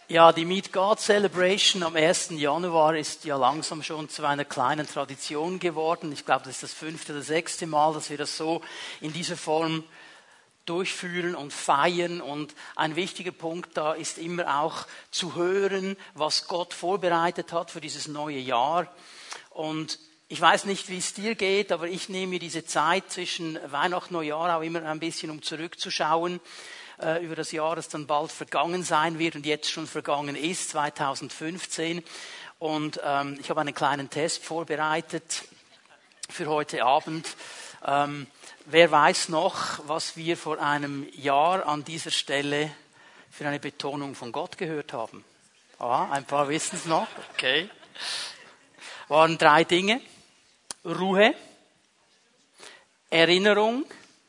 Ja, die Meet God Celebration am 1. Januar ist ja langsam schon zu einer kleinen Tradition geworden. Ich glaube, das ist das 5. oder 6. Mal, dass wir das so in dieser Form durchführen und feiern. Und ein wichtiger Punkt da ist immer auch zu hören, was Gott vorbereitet hat für dieses neue Jahr. Und ich weiß nicht, wie es dir geht, aber ich nehme mir diese Zeit zwischen Weihnachten und Neujahr auch immer ein bisschen, um zurückzuschauen über das Jahr, das dann bald vergangen sein wird und jetzt schon vergangen ist, 2015. Und ich habe einen kleinen Test vorbereitet für heute Abend. Wer weiß noch, was wir vor einem Jahr an dieser Stelle für eine Betonung von Gott gehört haben? Ah, ein paar wissen es noch. Okay. Waren 3 Dinge. Ruhe, Erinnerung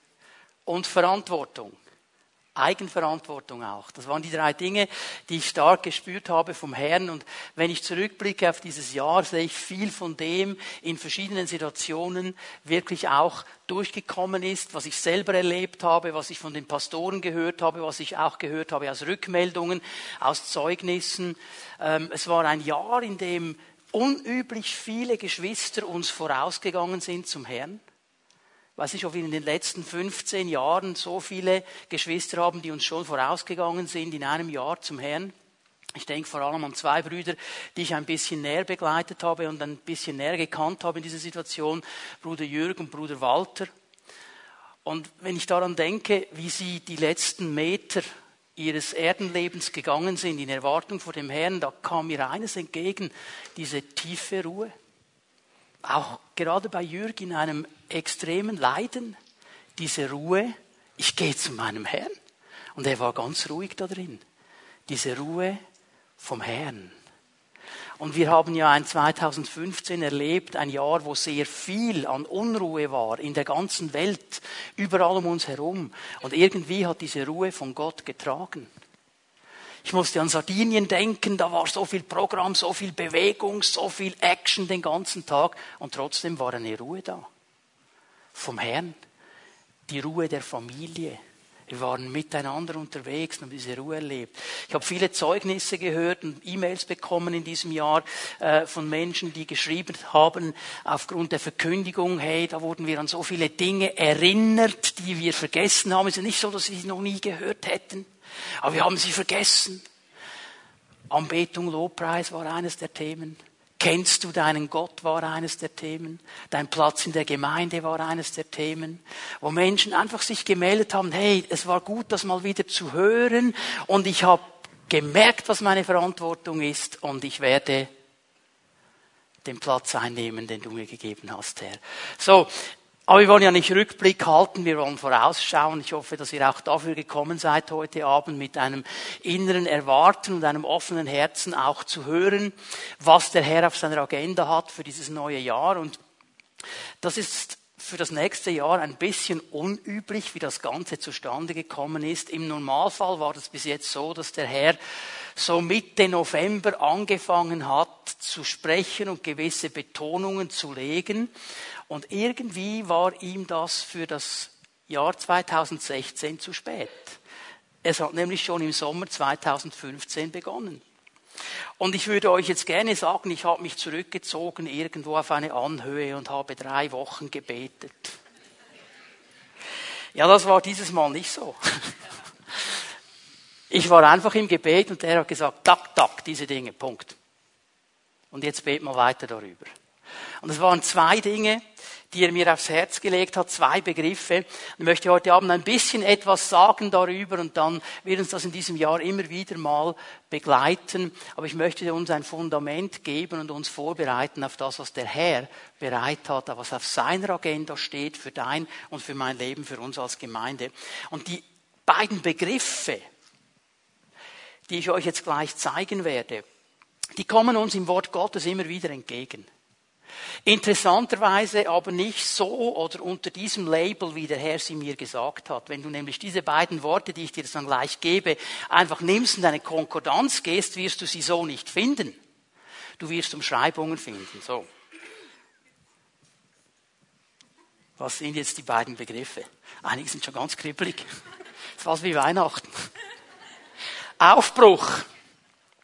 und Verantwortung. Eigenverantwortung auch. Das waren die 3 Dinge, die ich stark gespürt habe vom Herrn. Und wenn ich zurückblicke auf dieses Jahr, sehe ich viel von dem in verschiedenen Situationen wirklich auch durchgekommen ist, was ich selber erlebt habe, was ich von den Pastoren gehört habe, was ich auch gehört habe aus Rückmeldungen, aus Zeugnissen. Es war ein Jahr, in dem unüblich viele Geschwister uns vorausgegangen sind zum Herrn. Ich weiß nicht, ob wir in den letzten 15 Jahren so viele Geschwister haben, die uns schon vorausgegangen sind in einem Jahr zum Herrn. Ich denke vor allem an 2 Brüder, die ich ein bisschen näher begleitet habe und ein bisschen näher gekannt habe in dieser Situation, Bruder Jürg und Bruder Walter. Und wenn ich daran denke, wie sie die letzten Meter ihres Erdenlebens gegangen sind, in Erwartung vor dem Herrn, da kam mir eines entgegen, diese tiefe Ruhe. Auch gerade bei Jürg in einem extremen Leiden, diese Ruhe, ich gehe zu meinem Herrn. Und er war ganz ruhig da drin. Diese Ruhe vom Herrn. Und wir haben ja ein 2015 erlebt, ein Jahr, wo sehr viel an Unruhe war in der ganzen Welt, überall um uns herum. Und irgendwie hat diese Ruhe von Gott getragen. Ich musste an Sardinien denken, da war so viel Programm, so viel Bewegung, so viel Action den ganzen Tag. Und trotzdem war eine Ruhe da. Vom Herrn. Die Ruhe der Familie. Wir waren miteinander unterwegs und haben diese Ruhe erlebt. Ich habe viele Zeugnisse gehört und E-Mails bekommen in diesem Jahr von Menschen, die geschrieben haben, aufgrund der Verkündigung, hey, da wurden wir an so viele Dinge erinnert, die wir vergessen haben. Es ist ja nicht so, dass wir sie noch nie gehört hätten, aber wir haben sie vergessen. Anbetung, Lobpreis war eines der Themen. Kennst du deinen Gott war eines der Themen. Dein Platz in der Gemeinde war eines der Themen. Wo Menschen einfach sich gemeldet haben, hey, es war gut, das mal wieder zu hören. Und ich habe gemerkt, was meine Verantwortung ist. Und ich werde den Platz einnehmen, den du mir gegeben hast, Herr. So. Aber wir wollen ja nicht Rückblick halten, wir wollen vorausschauen. Ich hoffe, dass ihr auch dafür gekommen seid heute Abend mit einem inneren Erwarten und einem offenen Herzen auch zu hören, was der Herr auf seiner Agenda hat für dieses neue Jahr. Und das ist für das nächste Jahr ein bisschen unüblich, wie das Ganze zustande gekommen ist. Im Normalfall war das bis jetzt so, dass der Herr so Mitte November angefangen hat zu sprechen und gewisse Betonungen zu legen. Und irgendwie war ihm das für das Jahr 2016 zu spät. Es hat nämlich schon im Sommer 2015 begonnen. Und ich würde euch jetzt gerne sagen, ich habe mich zurückgezogen irgendwo auf eine Anhöhe und habe 3 Wochen gebetet. Ja, das war dieses Mal nicht so. Ich war einfach im Gebet und er hat gesagt, tak, tak, diese Dinge, Punkt. Und jetzt bet mal weiter darüber. Und es waren 2 Dinge, die er mir aufs Herz gelegt hat, 2 Begriffe. Ich möchte heute Abend ein bisschen etwas sagen darüber und dann wird uns das in diesem Jahr immer wieder mal begleiten. Aber ich möchte uns ein Fundament geben und uns vorbereiten auf das, was der Herr bereit hat, was auf seiner Agenda steht für dein und für mein Leben, für uns als Gemeinde. Und die beiden Begriffe, die ich euch jetzt gleich zeigen werde, die kommen uns im Wort Gottes immer wieder entgegen. Interessanterweise aber nicht so oder unter diesem Label, wie der Herr sie mir gesagt hat. Wenn du nämlich diese beiden Worte, die ich dir dann gleich gebe, einfach nimmst und in eine Konkordanz gehst, wirst du sie so nicht finden. Du wirst Umschreibungen finden. So. Was sind jetzt die beiden Begriffe? Einige sind schon ganz kribbelig. Fast wie Weihnachten. Aufbruch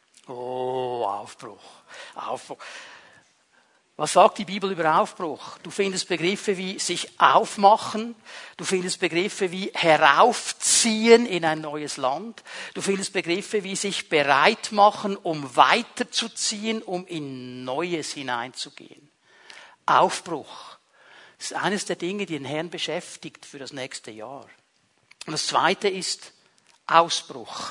Aufbruch. Aufbruch. Was sagt die Bibel über Aufbruch? Du findest Begriffe wie sich aufmachen, du findest Begriffe wie heraufziehen in ein neues Land, du findest Begriffe wie sich bereit machen, um weiterzuziehen, um in Neues hineinzugehen. Aufbruch. Das ist eines der Dinge, die den Herrn beschäftigt für das nächste Jahr. Und das zweite ist Ausbruch.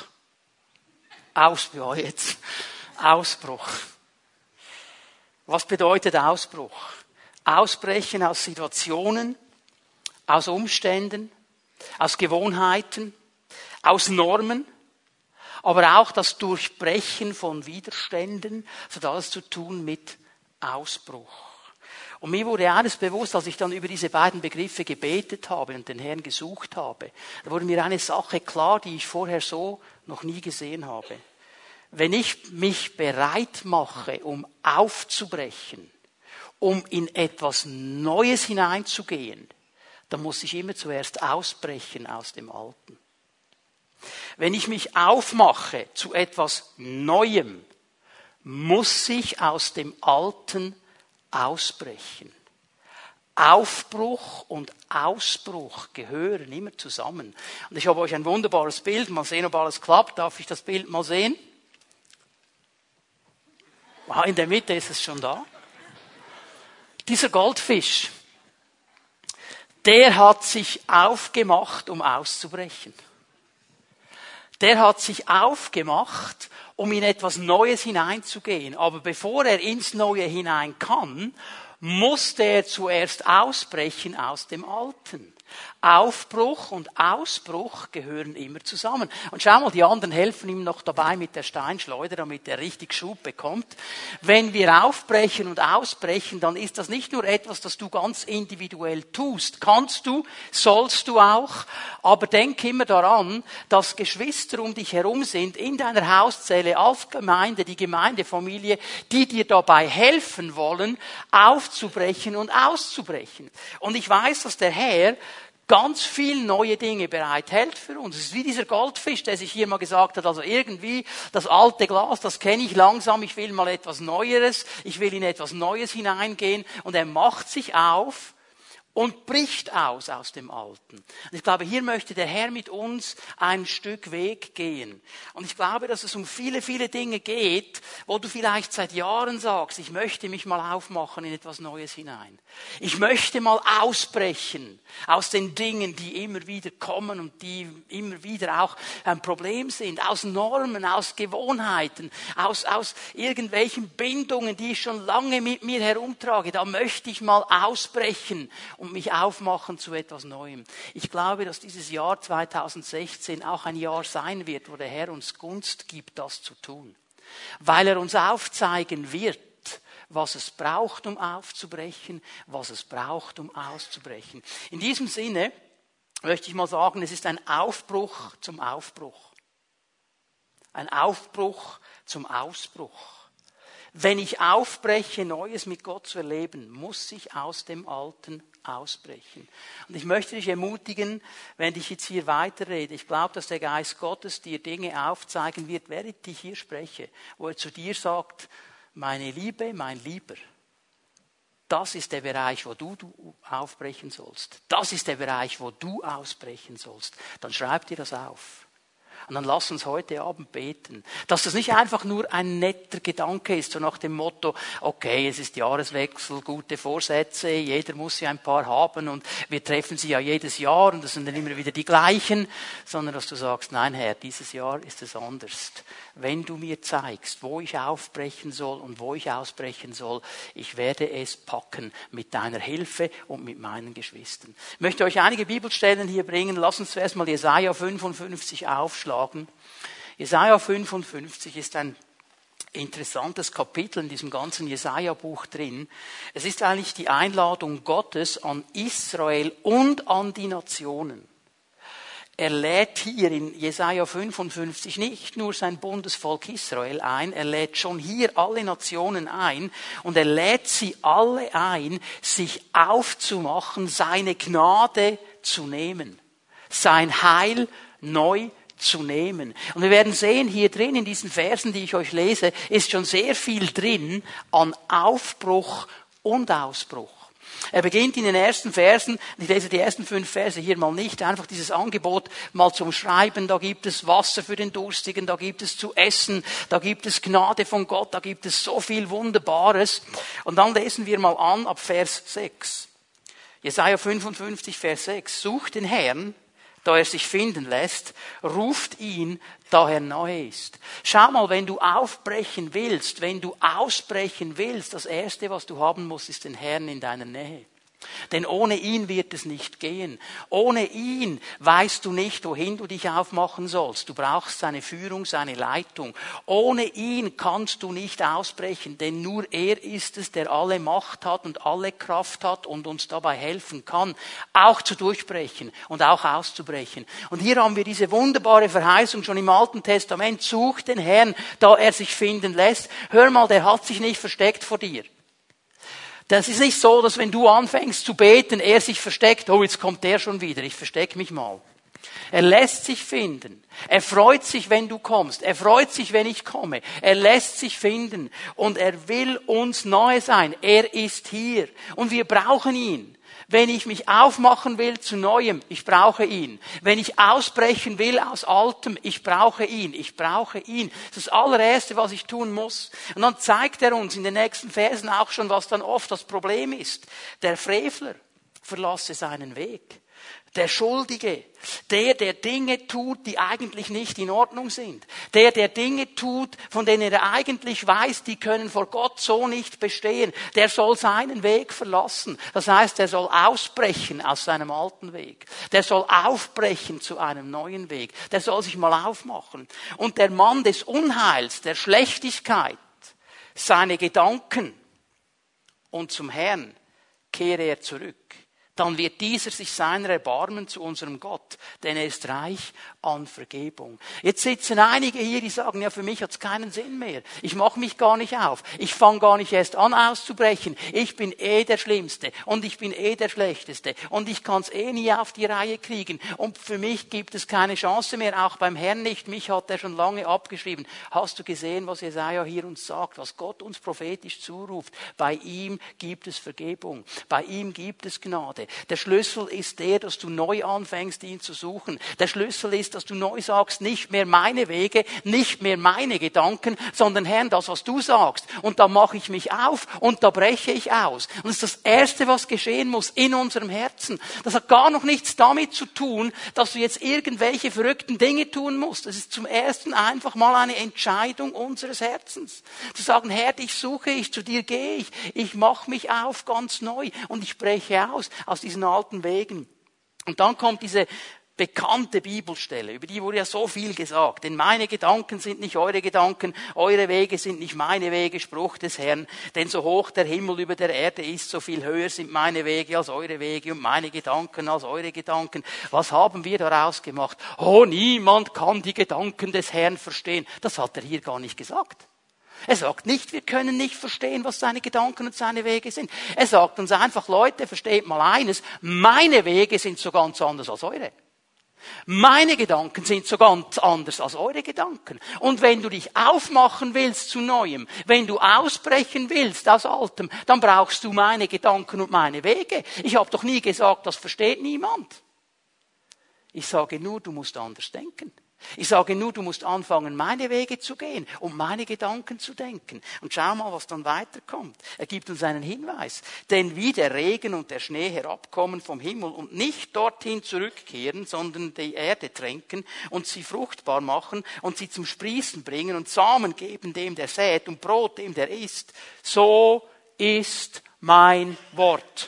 Ausbruch. Was bedeutet Ausbruch? Ausbrechen aus Situationen, aus Umständen, aus Gewohnheiten, aus Normen, aber auch das Durchbrechen von Widerständen. Das hat alles zu tun mit Ausbruch. Und mir wurde eines bewusst, als ich dann über diese beiden Begriffe gebetet habe und den Herrn gesucht habe. Da wurde mir eine Sache klar, die ich vorher so noch nie gesehen habe. Wenn ich mich bereit mache, um aufzubrechen, um in etwas Neues hineinzugehen, dann muss ich immer zuerst ausbrechen aus dem Alten. Wenn ich mich aufmache zu etwas Neuem, muss ich aus dem Alten ausbrechen. Aufbruch und Ausbruch gehören immer zusammen. Und ich habe euch ein wunderbares Bild. Mal sehen, ob alles klappt. Darf ich das Bild mal sehen? In der Mitte ist es schon da. Dieser Goldfisch, der hat sich aufgemacht, um auszubrechen. Der hat sich aufgemacht, um in etwas Neues hineinzugehen. Aber bevor er ins Neue hinein kann, musste er zuerst ausbrechen aus dem Alten. Aufbruch und Ausbruch gehören immer zusammen. Und schau mal, die anderen helfen ihm noch dabei mit der Steinschleuder, damit er richtig Schub bekommt. Wenn wir aufbrechen und ausbrechen, dann ist das nicht nur etwas, das du ganz individuell tust. Kannst du, sollst du auch, aber denk immer daran, dass Geschwister um dich herum sind, in deiner Hauszelle, als Gemeinde, die Gemeindefamilie, die dir dabei helfen wollen, aufzubrechen und auszubrechen. Und ich weiß, dass der Herr ganz viel neue Dinge bereithält für uns. Es ist wie dieser Goldfisch, der sich hier mal gesagt hat, also irgendwie das alte Glas, das kenne ich langsam, ich will mal etwas Neueres, ich will in etwas Neues hineingehen und er macht sich auf und bricht aus dem Alten. Und ich glaube, hier möchte der Herr mit uns ein Stück Weg gehen. Und ich glaube, dass es um viele, viele Dinge geht, wo du vielleicht seit Jahren sagst, ich möchte mich mal aufmachen in etwas Neues hinein. Ich möchte mal ausbrechen aus den Dingen, die immer wieder kommen und die immer wieder auch ein Problem sind, aus Normen, aus Gewohnheiten, aus irgendwelchen Bindungen, die ich schon lange mit mir herumtrage. Da möchte ich mal ausbrechen und mich aufmachen zu etwas Neuem. Ich glaube, dass dieses Jahr 2016 auch ein Jahr sein wird, wo der Herr uns Gunst gibt, das zu tun. Weil er uns aufzeigen wird, was es braucht, um aufzubrechen, was es braucht, um auszubrechen. In diesem Sinne möchte ich mal sagen, es ist ein Aufbruch zum Aufbruch. Ein Aufbruch zum Ausbruch. Wenn ich aufbreche, Neues mit Gott zu erleben, muss ich aus dem Alten ausbrechen. Und ich möchte dich ermutigen, wenn ich jetzt hier weiterrede, ich glaube, dass der Geist Gottes dir Dinge aufzeigen wird, während ich hier spreche, wo er zu dir sagt, meine Liebe, mein Lieber, das ist der Bereich, wo du aufbrechen sollst. Das ist der Bereich, wo du ausbrechen sollst. Dann schreib dir das auf. Und dann lass uns heute Abend beten. Dass das nicht einfach nur ein netter Gedanke ist, so nach dem Motto, okay, es ist Jahreswechsel, gute Vorsätze, jeder muss ja ein paar haben und wir treffen sie ja jedes Jahr und das sind dann immer wieder die gleichen, sondern dass du sagst, nein Herr, dieses Jahr ist es anders. Wenn du mir zeigst, wo ich aufbrechen soll und wo ich ausbrechen soll, ich werde es packen mit deiner Hilfe und mit meinen Geschwistern. Ich möchte euch einige Bibelstellen hier bringen. Lass uns zuerst mal Jesaja 55 aufschlagen. Jesaja 55 ist ein interessantes Kapitel in diesem ganzen Jesaja-Buch drin. Es ist eigentlich die Einladung Gottes an Israel und an die Nationen. Er lädt hier in Jesaja 55 nicht nur sein Bundesvolk Israel ein, er lädt schon hier alle Nationen ein und er lädt sie alle ein, sich aufzumachen, seine Gnade zu nehmen, sein Heil neu zu nehmen. Und wir werden sehen, hier drin in diesen Versen, die ich euch lese, ist schon sehr viel drin an Aufbruch und Ausbruch. Er beginnt in den ersten Versen, ich lese die ersten 5 Verse hier mal nicht, einfach dieses Angebot mal zum Schreiben, da gibt es Wasser für den Durstigen, da gibt es zu essen, da gibt es Gnade von Gott, da gibt es so viel Wunderbares. Und dann lesen wir mal an ab Vers 6. Jesaja 55, Vers 6. Sucht den Herrn, da er sich finden lässt, ruft ihn, da er nahe ist. Schau mal, wenn du aufbrechen willst, wenn du ausbrechen willst, das Erste, was du haben musst, ist den Herrn in deiner Nähe. Denn ohne ihn wird es nicht gehen. Ohne ihn weißt du nicht, wohin du dich aufmachen sollst. Du brauchst seine Führung, seine Leitung. Ohne ihn kannst du nicht ausbrechen, denn nur er ist es, der alle Macht hat und alle Kraft hat und uns dabei helfen kann, auch zu durchbrechen und auch auszubrechen. Und hier haben wir diese wunderbare Verheißung schon im Alten Testament. Such den Herrn, da er sich finden lässt. Hör mal, der hat sich nicht versteckt vor dir. Das ist nicht so, dass wenn du anfängst zu beten, er sich versteckt, oh, jetzt kommt der schon wieder, ich verstecke mich mal. Er lässt sich finden. Er freut sich, wenn du kommst. Er freut sich, wenn ich komme. Er lässt sich finden. Und er will uns nahe sein. Er ist hier. Und wir brauchen ihn. Wenn ich mich aufmachen will zu Neuem, ich brauche ihn. Wenn ich ausbrechen will aus Altem, ich brauche ihn. Ich brauche ihn. Das ist das allererste, was ich tun muss. Und dann zeigt er uns in den nächsten Versen auch schon, was dann oft das Problem ist. Der Frevler verlasse seinen Weg. Der Schuldige, der Dinge tut, die eigentlich nicht in Ordnung sind. Der Dinge tut, von denen er eigentlich weiß, die können vor Gott so nicht bestehen. Der soll seinen Weg verlassen. Das heißt, er soll ausbrechen aus seinem alten Weg. Der soll aufbrechen zu einem neuen Weg. Der soll sich mal aufmachen. Und der Mann des Unheils, der Schlechtigkeit, seine Gedanken und zum Herrn kehre er zurück. Dann wird dieser sich seiner erbarmen zu unserem Gott, denn er ist reich an Vergebung. Jetzt sitzen einige hier, die sagen, ja, für mich hat's keinen Sinn mehr. Ich mache mich gar nicht auf. Ich fange gar nicht erst an auszubrechen. Ich bin der Schlimmste und ich bin der Schlechteste und ich kann's nie auf die Reihe kriegen. Und für mich gibt es keine Chance mehr, auch beim Herrn nicht. Mich hat er schon lange abgeschrieben. Hast du gesehen, was Jesaja hier uns sagt, was Gott uns prophetisch zuruft? Bei ihm gibt es Vergebung. Bei ihm gibt es Gnade. Der Schlüssel ist der, dass du neu anfängst, ihn zu suchen. Der Schlüssel ist, dass du neu sagst, nicht mehr meine Wege, nicht mehr meine Gedanken, sondern Herr, das, was du sagst. Und da mache ich mich auf und da breche ich aus. Und das ist das Erste, was geschehen muss in unserem Herzen. Das hat gar noch nichts damit zu tun, dass du jetzt irgendwelche verrückten Dinge tun musst. Das ist zum Ersten einfach mal eine Entscheidung unseres Herzens. Zu sagen, Herr, dich suche ich, zu dir gehe ich mache mich auf ganz neu und ich breche aus diesen alten Wegen. Und dann kommt diese bekannte Bibelstelle, über die wurde ja so viel gesagt. Denn meine Gedanken sind nicht eure Gedanken, eure Wege sind nicht meine Wege, Spruch des Herrn. Denn so hoch der Himmel über der Erde ist, so viel höher sind meine Wege als eure Wege und meine Gedanken als eure Gedanken. Was haben wir daraus gemacht? Oh, niemand kann die Gedanken des Herrn verstehen. Das hat er hier gar nicht gesagt. Er sagt nicht, wir können nicht verstehen, was seine Gedanken und seine Wege sind. Er sagt uns einfach, Leute, versteht mal eines, meine Wege sind so ganz anders als eure. Meine Gedanken sind so ganz anders als eure Gedanken. Und wenn du dich aufmachen willst zu Neuem, wenn du ausbrechen willst aus Altem, dann brauchst du meine Gedanken und meine Wege. Ich habe doch nie gesagt, das versteht niemand. Ich sage nur, du musst anders denken. Ich sage nur, du musst anfangen, meine Wege zu gehen und meine Gedanken zu denken. Und schau mal, was dann weiterkommt. Er gibt uns einen Hinweis. Denn wie der Regen und der Schnee herabkommen vom Himmel und nicht dorthin zurückkehren, sondern die Erde tränken und sie fruchtbar machen und sie zum Sprießen bringen und Samen geben dem, der sät und Brot dem, der isst, so ist mein Wort.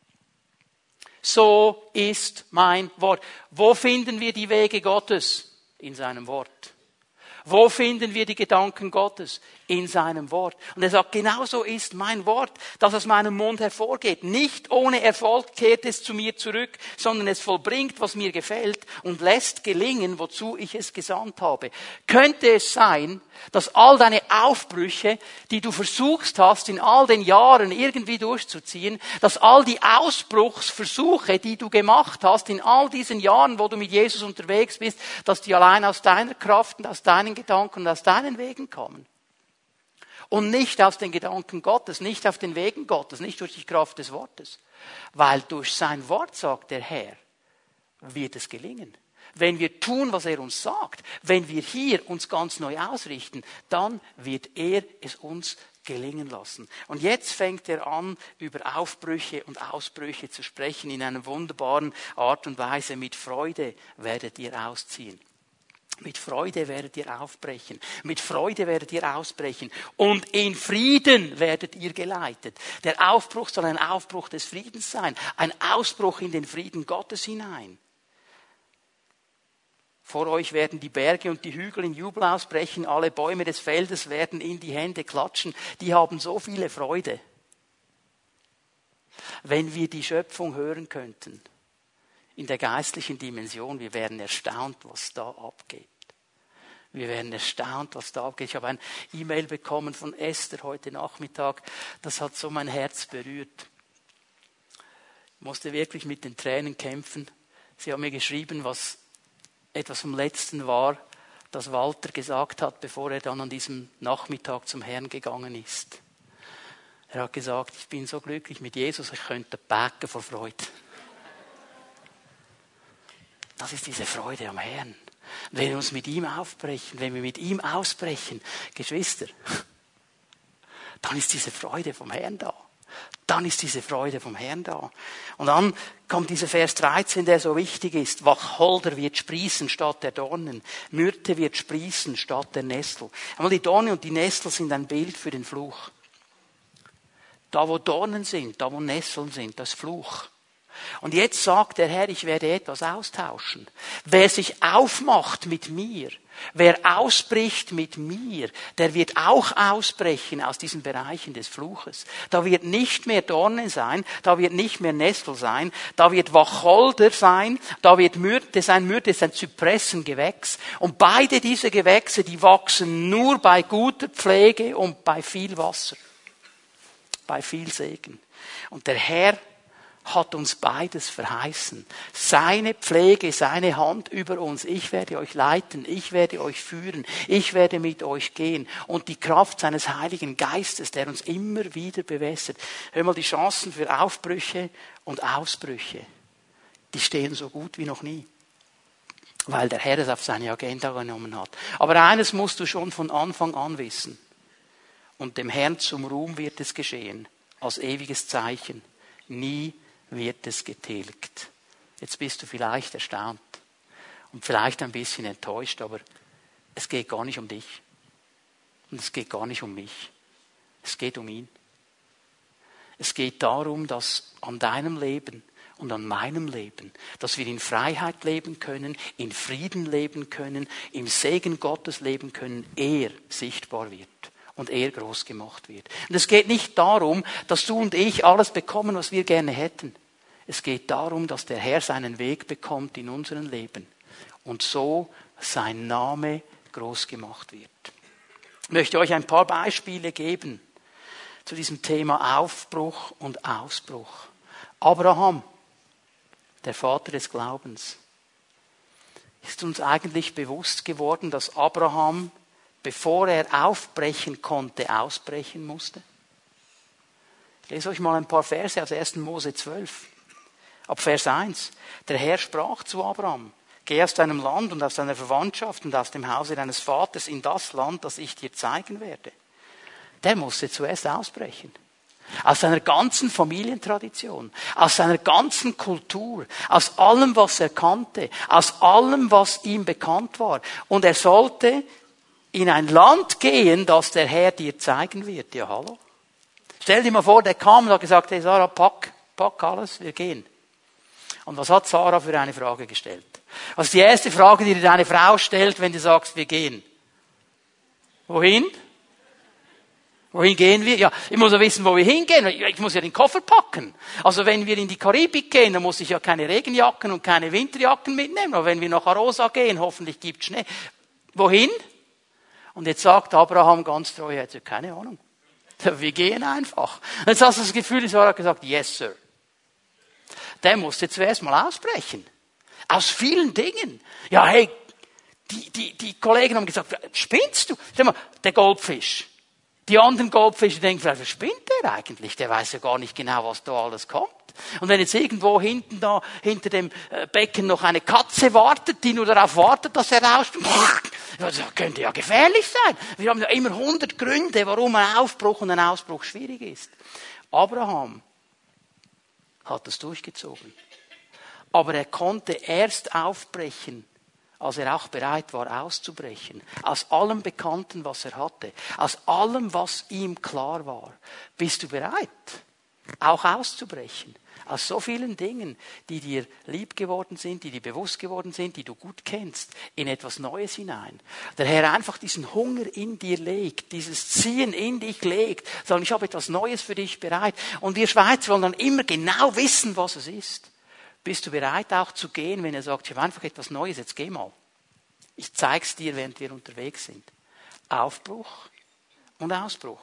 So ist mein Wort. Wo finden wir die Wege Gottes? In seinem Wort. Wo finden wir die Gedanken Gottes? In seinem Wort. Und er sagt, genauso ist mein Wort, das aus meinem Mund hervorgeht. Nicht ohne Erfolg kehrt es zu mir zurück, sondern es vollbringt, was mir gefällt und lässt gelingen, wozu ich es gesandt habe. Könnte es sein, Dass all deine Aufbrüche, die du versucht hast, in all den Jahren irgendwie durchzuziehen, dass all die Ausbruchsversuche, die du gemacht hast, in all diesen Jahren, wo du mit Jesus unterwegs bist, dass die allein aus deiner Kraft und aus deinen Gedanken und aus deinen Wegen kommen. Und nicht aus den Gedanken Gottes, nicht auf den Wegen Gottes, nicht durch die Kraft des Wortes. Weil durch sein Wort, sagt der Herr, wird es gelingen. Wenn wir tun, was er uns sagt, wenn wir hier uns ganz neu ausrichten, dann wird er es uns gelingen lassen. Und jetzt fängt er an, über Aufbrüche und Ausbrüche zu sprechen in einer wunderbaren Art und Weise. Mit Freude werdet ihr ausziehen. Mit Freude werdet ihr aufbrechen. Mit Freude werdet ihr ausbrechen. Und in Frieden werdet ihr geleitet. Der Aufbruch soll ein Aufbruch des Friedens sein. Ein Ausbruch in den Frieden Gottes hinein. Vor euch werden die Berge und die Hügel in Jubel ausbrechen. Alle Bäume des Feldes werden in die Hände klatschen. Die haben so viele Freude. Wenn wir die Schöpfung hören könnten, in der geistlichen Dimension, wir wären erstaunt, was da abgeht. Wir wären erstaunt, was da abgeht. Ich habe ein E-Mail bekommen von Esther heute Nachmittag. Das hat so mein Herz berührt. Ich musste wirklich mit den Tränen kämpfen. Sie haben mir geschrieben, was etwas vom Letzten war, das Walter gesagt hat, bevor er dann an diesem Nachmittag zum Herrn gegangen ist. Er hat gesagt, ich bin so glücklich mit Jesus, ich könnte bäcken vor Freude. Das ist diese Freude am Herrn. Wenn wir uns mit ihm aufbrechen, wenn wir mit ihm ausbrechen, Geschwister, dann ist diese Freude vom Herrn da. Dann ist diese Freude vom Herrn da. Und dann kommt dieser Vers 13, der so wichtig ist. Wacholder wird sprießen statt der Dornen. Myrte wird sprießen statt der Nestel. Einmal die Dorne und die Nestel sind ein Bild für den Fluch. Da wo Dornen sind, da wo Nesseln sind, das ist Fluch. Und jetzt sagt der Herr, ich werde etwas austauschen. Wer sich aufmacht mit mir, wer ausbricht mit mir, der wird auch ausbrechen aus diesen Bereichen des Fluches. Da wird nicht mehr Dornen sein, da wird nicht mehr Nestel sein, da wird Wacholder sein, da wird Myrte sein. Myrte ist ein Zypressengewächs. Und beide diese Gewächse, die wachsen nur bei guter Pflege und bei viel Wasser. Bei viel Segen. Und der Herr hat uns beides verheißen. Seine Pflege, seine Hand über uns. Ich werde euch leiten, ich werde euch führen, ich werde mit euch gehen. Und die Kraft seines Heiligen Geistes, der uns immer wieder bewässert. Hör mal, die Chancen für Aufbrüche und Ausbrüche, die stehen so gut wie noch nie. Weil der Herr es auf seine Agenda genommen hat. Aber eines musst du schon von Anfang an wissen. Und dem Herrn zum Ruhm wird es geschehen. Als ewiges Zeichen. Nie wird es getilgt. Jetzt bist du vielleicht erstaunt und vielleicht ein bisschen enttäuscht, aber es geht gar nicht um dich und es geht gar nicht um mich. Es geht um ihn. Es geht darum, dass an deinem Leben und an meinem Leben, dass wir in Freiheit leben können, in Frieden leben können, im Segen Gottes leben können, er sichtbar wird. Und er groß gemacht wird. Und es geht nicht darum, dass du und ich alles bekommen, was wir gerne hätten. Es geht darum, dass der Herr seinen Weg bekommt in unserem Leben. Und so sein Name groß gemacht wird. Ich möchte euch ein paar Beispiele geben zu diesem Thema Aufbruch und Ausbruch. Abraham, der Vater des Glaubens. Ist uns eigentlich bewusst geworden, dass Abraham, bevor er aufbrechen konnte, ausbrechen musste? Ich lese euch mal ein paar Verse aus 1. Mose 12. Ab Vers 1. Der Herr sprach zu Abraham: Geh aus deinem Land und aus deiner Verwandtschaft und aus dem Hause deines Vaters in das Land, das ich dir zeigen werde. Der musste zuerst ausbrechen. Aus seiner ganzen Familientradition, aus seiner ganzen Kultur, aus allem, was er kannte, aus allem, was ihm bekannt war. Und er sollte in ein Land gehen, das der Herr dir zeigen wird. Ja, hallo. Stell dir mal vor, der kam und hat gesagt, hey Sarah, pack alles, wir gehen. Und was hat Sarah für eine Frage gestellt? Was ist die erste Frage, die dir deine Frau stellt, wenn du sagst, wir gehen? Wohin? Wohin gehen wir? Ja, ich muss ja wissen, wo wir hingehen. Ich muss ja den Koffer packen. Also wenn wir in die Karibik gehen, dann muss ich ja keine Regenjacken und keine Winterjacken mitnehmen. Aber wenn wir nach Arosa gehen, hoffentlich gibt es Schnee. Wohin? Und jetzt sagt Abraham ganz treuherzig, keine Ahnung. Wir gehen einfach. Und jetzt hast du das Gefühl, Sarah hat gesagt, yes, sir. Der musste zuerst mal ausbrechen. Aus vielen Dingen. Ja, hey, die Kollegen haben gesagt, spinnst du? Stell mal, der Goldfisch. Die anderen Goldfische denken, vielleicht spinnt der eigentlich? Der weiß ja gar nicht genau, was da alles kommt. Und wenn jetzt irgendwo hinten da, hinter dem Becken noch eine Katze wartet, die nur darauf wartet, dass er rausspringt, das könnte ja gefährlich sein. Wir haben ja immer 100 Gründe, warum ein Aufbruch und ein Ausbruch schwierig ist. Abraham hat das durchgezogen. Aber er konnte erst aufbrechen, als er auch bereit war auszubrechen. Aus allem Bekannten, was er hatte. Aus allem, was ihm klar war. Bist du bereit, auch auszubrechen? Aus so vielen Dingen, die dir lieb geworden sind, die dir bewusst geworden sind, die du gut kennst, in etwas Neues hinein. Der Herr einfach diesen Hunger in dir legt, dieses Ziehen in dich legt, sagen, ich habe etwas Neues für dich bereit. Und wir Schweizer wollen dann immer genau wissen, was es ist. Bist du bereit auch zu gehen, wenn er sagt, ich habe einfach etwas Neues, jetzt geh mal. Ich zeig's dir, während wir unterwegs sind. Aufbruch und Ausbruch.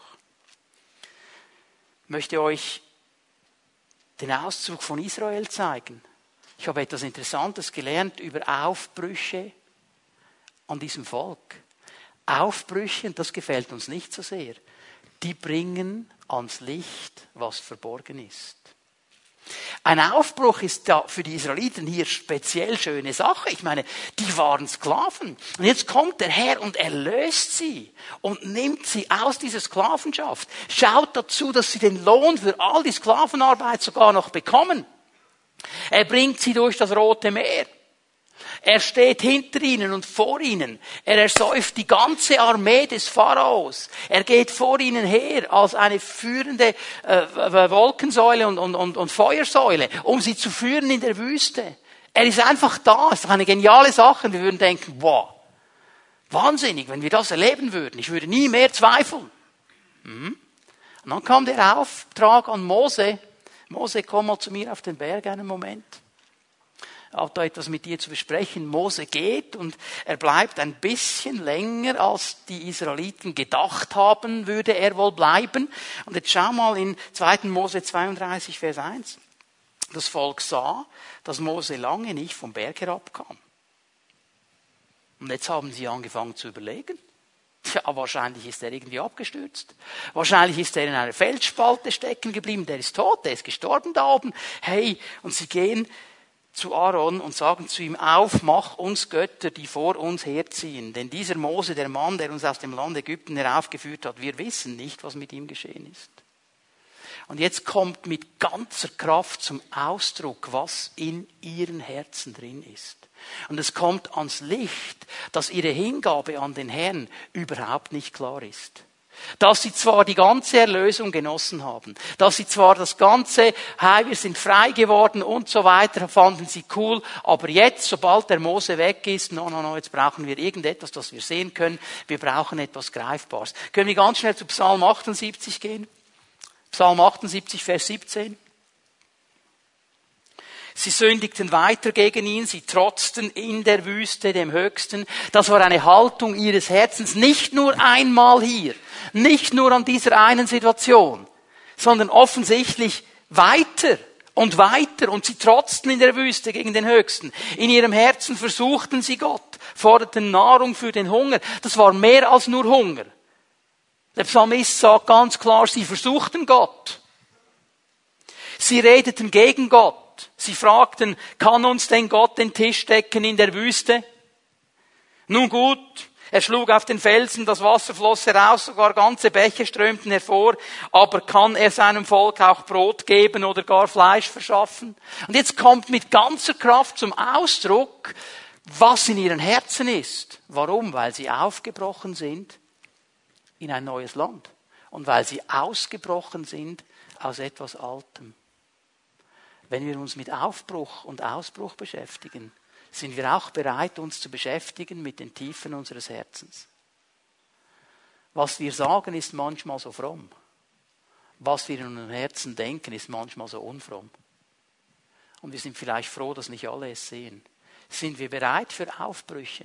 Ich möchte euch den Auszug von Israel zeigen. Ich habe etwas Interessantes gelernt über Aufbrüche an diesem Volk. Aufbrüche, und das gefällt uns nicht so sehr, die bringen ans Licht, was verborgen ist. Ein Aufbruch ist ja für die Israeliten hier speziell schöne Sache. Ich meine, die waren Sklaven. Und jetzt kommt der Herr und erlöst sie und nimmt sie aus dieser Sklavenschaft. Schaut dazu, dass sie den Lohn für all die Sklavenarbeit sogar noch bekommen. Er bringt sie durch das Rote Meer. Er steht hinter ihnen und vor ihnen. Er ersäuft die ganze Armee des Pharaos. Er geht vor ihnen her als eine führende Wolkensäule und Feuersäule, um sie zu führen in der Wüste. Er ist einfach da. Das ist doch eine geniale Sache. Wir würden denken, wow, wahnsinnig, wenn wir das erleben würden. Ich würde nie mehr zweifeln. Und dann kam der Auftrag an Mose. Mose, komm mal zu mir auf den Berg einen Moment. Ich habe da etwas mit dir zu besprechen. Mose geht und er bleibt ein bisschen länger, als die Israeliten gedacht haben, würde er wohl bleiben. Und jetzt schau mal in 2. Mose 32, Vers 1. Das Volk sah, dass Mose lange nicht vom Berg herabkam. Und jetzt haben sie angefangen zu überlegen. Ja, wahrscheinlich ist er irgendwie abgestürzt. Wahrscheinlich ist er in einer Felsspalte stecken geblieben. Der ist tot, der ist gestorben da oben. Hey, und sie gehen zu Aaron und sagen zu ihm, auf, mach uns Götter, die vor uns herziehen. Denn dieser Mose, der Mann, der uns aus dem Land Ägypten heraufgeführt hat, wir wissen nicht, was mit ihm geschehen ist. Und jetzt kommt mit ganzer Kraft zum Ausdruck, was in ihren Herzen drin ist. Und es kommt ans Licht, dass ihre Hingabe an den Herrn überhaupt nicht klar ist. Dass sie zwar die ganze Erlösung genossen haben, dass sie zwar das ganze, hey, wir sind frei geworden und so weiter, fanden sie cool, aber jetzt, sobald der Mose weg ist, no, jetzt brauchen wir irgendetwas, das wir sehen können, wir brauchen etwas Greifbares. Können wir ganz schnell zu Psalm 78 gehen? Psalm 78, Vers 17. Sie sündigten weiter gegen ihn, sie trotzten in der Wüste dem Höchsten. Das war eine Haltung ihres Herzens, nicht nur einmal hier, nicht nur an dieser einen Situation, sondern offensichtlich weiter und weiter. Und sie trotzten in der Wüste gegen den Höchsten. In ihrem Herzen versuchten sie Gott, forderten Nahrung für den Hunger. Das war mehr als nur Hunger. Der Psalmist sagt ganz klar, sie versuchten Gott. Sie redeten gegen Gott. Sie fragten, kann uns denn Gott den Tisch decken in der Wüste? Nun gut, er schlug auf den Felsen, das Wasser floss heraus, sogar ganze Bäche strömten hervor, aber kann er seinem Volk auch Brot geben oder gar Fleisch verschaffen? Und jetzt kommt mit ganzer Kraft zum Ausdruck, was in ihren Herzen ist. Warum? Weil sie aufgebrochen sind in ein neues Land und weil sie ausgebrochen sind aus etwas Altem. Wenn wir uns mit Aufbruch und Ausbruch beschäftigen, sind wir auch bereit, uns zu beschäftigen mit den Tiefen unseres Herzens. Was wir sagen, ist manchmal so fromm. Was wir in unserem Herzen denken, ist manchmal so unfromm. Und wir sind vielleicht froh, dass nicht alle es sehen. Sind wir bereit für Aufbrüche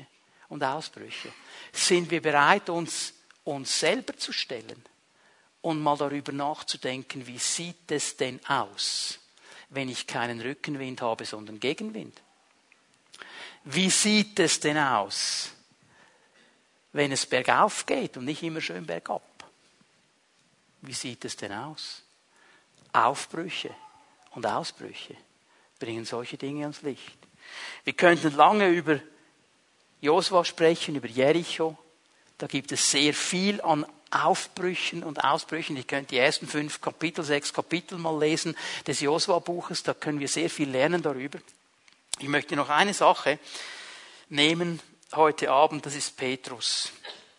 und Ausbrüche? Sind wir bereit, uns selber zu stellen und mal darüber nachzudenken, wie sieht es denn aus, wenn ich keinen Rückenwind habe, sondern Gegenwind? Wie sieht es denn aus, wenn es bergauf geht und nicht immer schön bergab? Wie sieht es denn aus? Aufbrüche und Ausbrüche bringen solche Dinge ans Licht. Wir könnten lange über Josua sprechen, über Jericho. Da gibt es sehr viel an Aufbrüchen und Ausbrüchen. Ich könnte die ersten 5 Kapitel, 6 Kapitel mal lesen des Josua-Buches. Da können wir sehr viel lernen darüber. Ich möchte noch eine Sache nehmen heute Abend, das ist Petrus.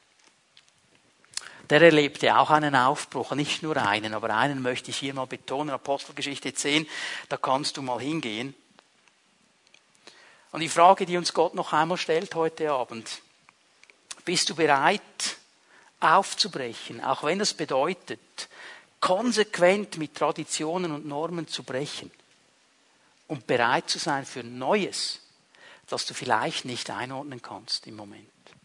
Der erlebte auch einen Aufbruch, nicht nur einen, aber einen möchte ich hier mal betonen, Apostelgeschichte 10, da kannst du mal hingehen. Und die Frage, die uns Gott noch einmal stellt heute Abend, bist du bereit aufzubrechen, auch wenn das bedeutet, konsequent mit Traditionen und Normen zu brechen und bereit zu sein für Neues, das du vielleicht nicht einordnen kannst im Moment.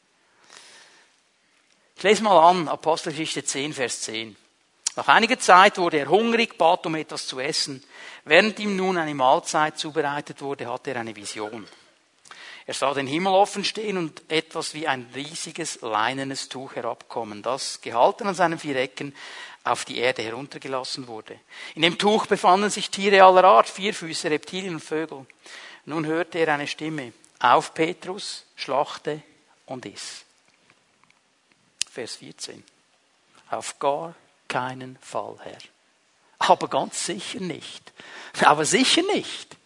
Ich lese mal an, Apostelgeschichte 10, Vers 10. Nach einiger Zeit wurde er hungrig, bat um etwas zu essen. Während ihm nun eine Mahlzeit zubereitet wurde, hatte er eine Vision. Er sah den Himmel offen stehen und etwas wie ein riesiges leinenes Tuch herabkommen, das, gehalten an seinen 4 Ecken, auf die Erde heruntergelassen wurde. In dem Tuch befanden sich Tiere aller Art, 4 Füße, Reptilien und Vögel. Nun hörte er eine Stimme: Auf, Petrus, schlachte und iss. Vers 14. Auf gar keinen Fall, Herr. Aber ganz sicher nicht. Aber sicher nicht.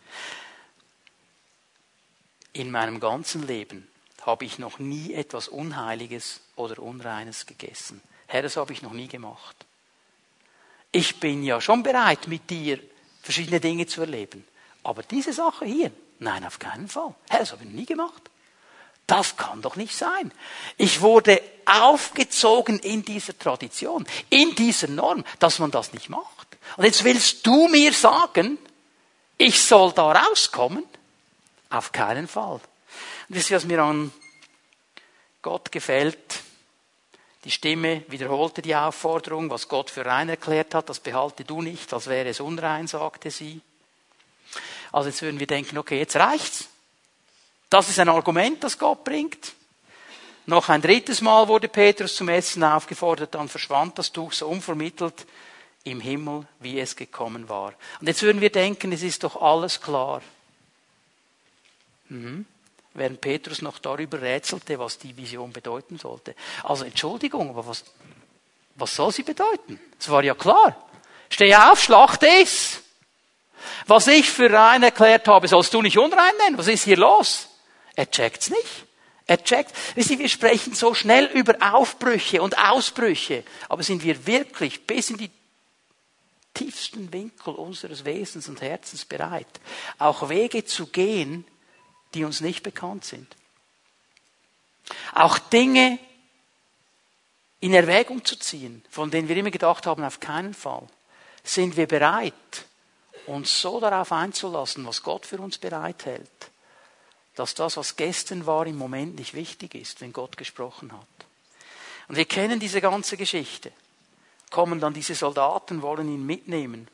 In meinem ganzen Leben habe ich noch nie etwas Unheiliges oder Unreines gegessen. Herr, das habe ich noch nie gemacht. Ich bin ja schon bereit, mit dir verschiedene Dinge zu erleben. Aber diese Sache hier, nein, auf keinen Fall. Herr, das habe ich noch nie gemacht. Das kann doch nicht sein. Ich wurde aufgezogen in dieser Tradition, in dieser Norm, dass man das nicht macht. Und jetzt willst du mir sagen, ich soll da rauskommen? Auf keinen Fall. Und wisst ihr, was mir an Gott gefällt? Die Stimme wiederholte die Aufforderung, was Gott für rein erklärt hat, das behalte du nicht, als wäre es unrein, sagte sie. Also jetzt würden wir denken, okay, jetzt reicht's. Das ist ein Argument, das Gott bringt. Noch ein 3. Mal wurde Petrus zum Essen aufgefordert, dann verschwand das Tuch so unvermittelt im Himmel, wie es gekommen war. Und jetzt würden wir denken, es ist doch alles klar. Während Petrus noch darüber rätselte, was die Vision bedeuten sollte. Also Entschuldigung, aber was soll sie bedeuten? Es war ja klar. Steh auf, schlachte es. Was ich für rein erklärt habe, sollst du nicht unrein nennen. Was ist hier los? Er checkt's nicht. Er checkt. Wisst ihr, wir sprechen so schnell über Aufbrüche und Ausbrüche. Aber sind wir wirklich bis in die tiefsten Winkel unseres Wesens und Herzens bereit, auch Wege zu gehen, die uns nicht bekannt sind? Auch Dinge in Erwägung zu ziehen, von denen wir immer gedacht haben, auf keinen Fall. Sind wir bereit, uns so darauf einzulassen, was Gott für uns bereithält, dass das, was gestern war, im Moment nicht wichtig ist, wenn Gott gesprochen hat. Und wir kennen diese ganze Geschichte. Kommen dann diese Soldaten, wollen ihn mitnehmen.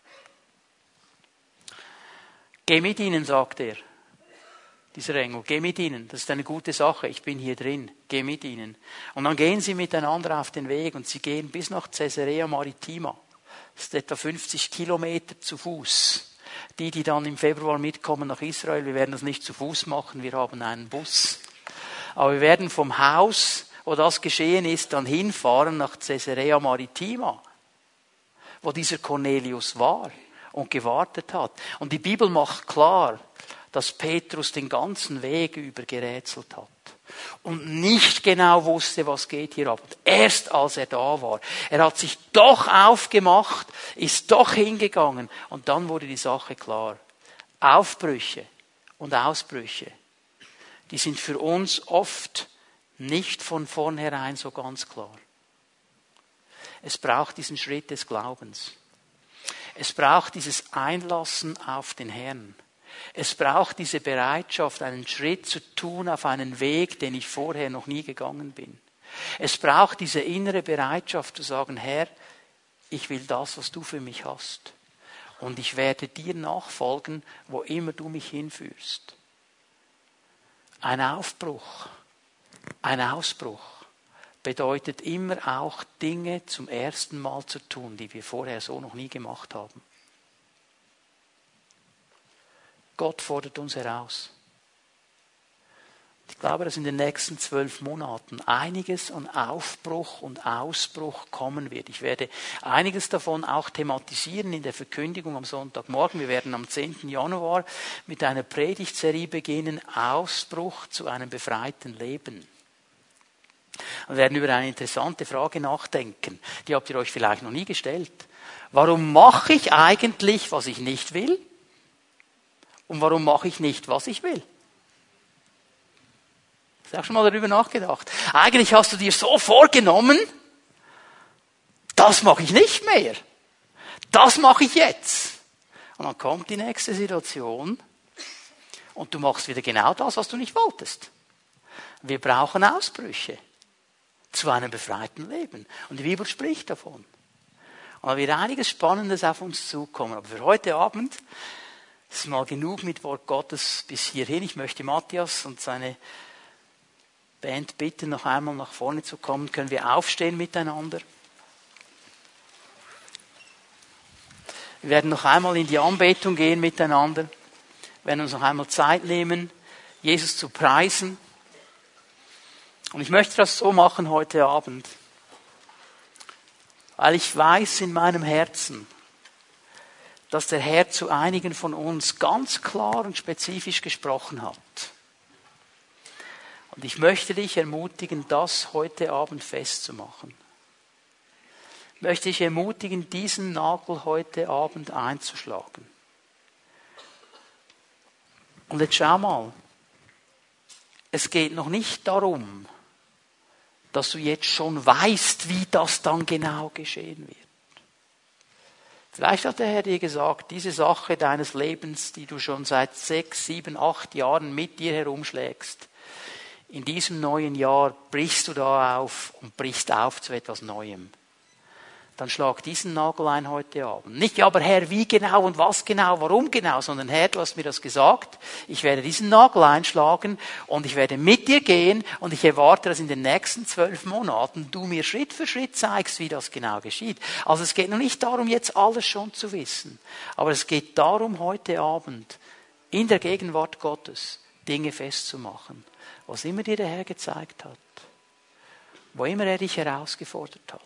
Geh mit ihnen, sagt er. Dieser Engel, geh mit ihnen, das ist eine gute Sache, ich bin hier drin, geh mit ihnen. Und dann gehen sie miteinander auf den Weg und sie gehen bis nach Caesarea Maritima. Das ist etwa 50 Kilometer zu Fuß. Die dann im Februar mitkommen nach Israel, wir werden das nicht zu Fuß machen, wir haben einen Bus. Aber wir werden vom Haus, wo das geschehen ist, dann hinfahren nach Caesarea Maritima, wo dieser Cornelius war und gewartet hat. Und die Bibel macht klar, dass Petrus den ganzen Weg über gerätselt hat und nicht genau wusste, was geht hier ab. Und erst als er da war, er hat sich doch aufgemacht, ist doch hingegangen und dann wurde die Sache klar. Aufbrüche und Ausbrüche, die sind für uns oft nicht von vornherein so ganz klar. Es braucht diesen Schritt des Glaubens. Es braucht dieses Einlassen auf den Herrn. Es braucht diese Bereitschaft, einen Schritt zu tun auf einen Weg, den ich vorher noch nie gegangen bin. Es braucht diese innere Bereitschaft zu sagen, Herr, ich will das, was du für mich hast. Und ich werde dir nachfolgen, wo immer du mich hinführst. Ein Aufbruch, ein Ausbruch bedeutet immer auch Dinge zum ersten Mal zu tun, die wir vorher so noch nie gemacht haben. Gott fordert uns heraus. Ich glaube, dass in den nächsten 12 Monaten einiges an Aufbruch und Ausbruch kommen wird. Ich werde einiges davon auch thematisieren in der Verkündigung am Sonntagmorgen. Wir werden am 10. Januar mit einer Predigtserie beginnen, Ausbruch zu einem befreiten Leben. Wir werden über eine interessante Frage nachdenken. Die habt ihr euch vielleicht noch nie gestellt. Warum mache ich eigentlich, was ich nicht will? Und warum mache ich nicht, was ich will? Hast du auch schon mal darüber nachgedacht? Eigentlich hast du dir so vorgenommen, das mache ich nicht mehr. Das mache ich jetzt. Und dann kommt die nächste Situation und du machst wieder genau das, was du nicht wolltest. Wir brauchen Ausbrüche zu einem befreiten Leben. Und die Bibel spricht davon. Und da wird einiges Spannendes auf uns zukommen. Aber für heute Abend ist mal genug mit Wort Gottes bis hierhin. Ich möchte Matthias und seine Band bitten, noch einmal nach vorne zu kommen. Können wir aufstehen miteinander? Wir werden noch einmal in die Anbetung gehen miteinander. Wir werden uns noch einmal Zeit nehmen, Jesus zu preisen. Und ich möchte das so machen heute Abend, weil ich weiß in meinem Herzen, dass der Herr zu einigen von uns ganz klar und spezifisch gesprochen hat. Und ich möchte dich ermutigen, das heute Abend festzumachen. Ich möchte dich ermutigen, diesen Nagel heute Abend einzuschlagen. Und jetzt schau mal, es geht noch nicht darum, dass du jetzt schon weißt, wie das dann genau geschehen wird. Vielleicht hat der Herr dir gesagt, diese Sache deines Lebens, die du schon seit 6, 7, 8 Jahren mit dir herumschlägst, in diesem neuen Jahr brichst du da auf und brichst auf zu etwas Neuem. Dann schlag diesen Nagel ein heute Abend. Nicht, aber Herr, wie genau und was genau, warum genau, sondern Herr, du hast mir das gesagt. Ich werde diesen Nagel einschlagen und ich werde mit dir gehen und ich erwarte, dass in den nächsten 12 Monaten du mir Schritt für Schritt zeigst, wie das genau geschieht. Also es geht noch nicht darum, jetzt alles schon zu wissen, aber es geht darum, heute Abend in der Gegenwart Gottes Dinge festzumachen, was immer dir der Herr gezeigt hat, wo immer er dich herausgefordert hat.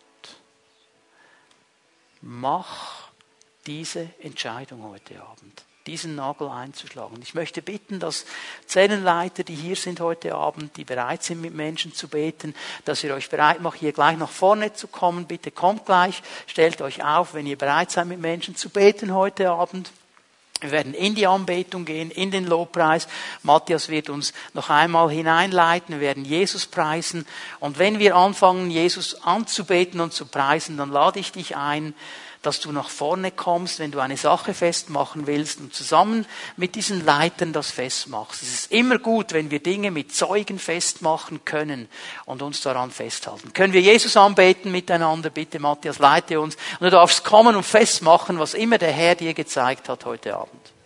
Mach diese Entscheidung heute Abend, diesen Nagel einzuschlagen. Ich möchte bitten, dass Zellenleiter, die hier sind heute Abend, die bereit sind, mit Menschen zu beten, dass ihr euch bereit macht, hier gleich nach vorne zu kommen. Bitte kommt gleich, stellt euch auf, wenn ihr bereit seid, mit Menschen zu beten heute Abend. Wir werden in die Anbetung gehen, in den Lobpreis. Matthias wird uns noch einmal hineinleiten. Wir werden Jesus preisen. Und wenn wir anfangen, Jesus anzubeten und zu preisen, dann lade ich dich ein, dass du nach vorne kommst, wenn du eine Sache festmachen willst und zusammen mit diesen Leitern das festmachst. Es ist immer gut, wenn wir Dinge mit Zeugen festmachen können und uns daran festhalten. Können wir Jesus anbeten miteinander? Bitte, Matthias, leite uns. Und du darfst kommen und festmachen, was immer der Herr dir gezeigt hat heute Abend.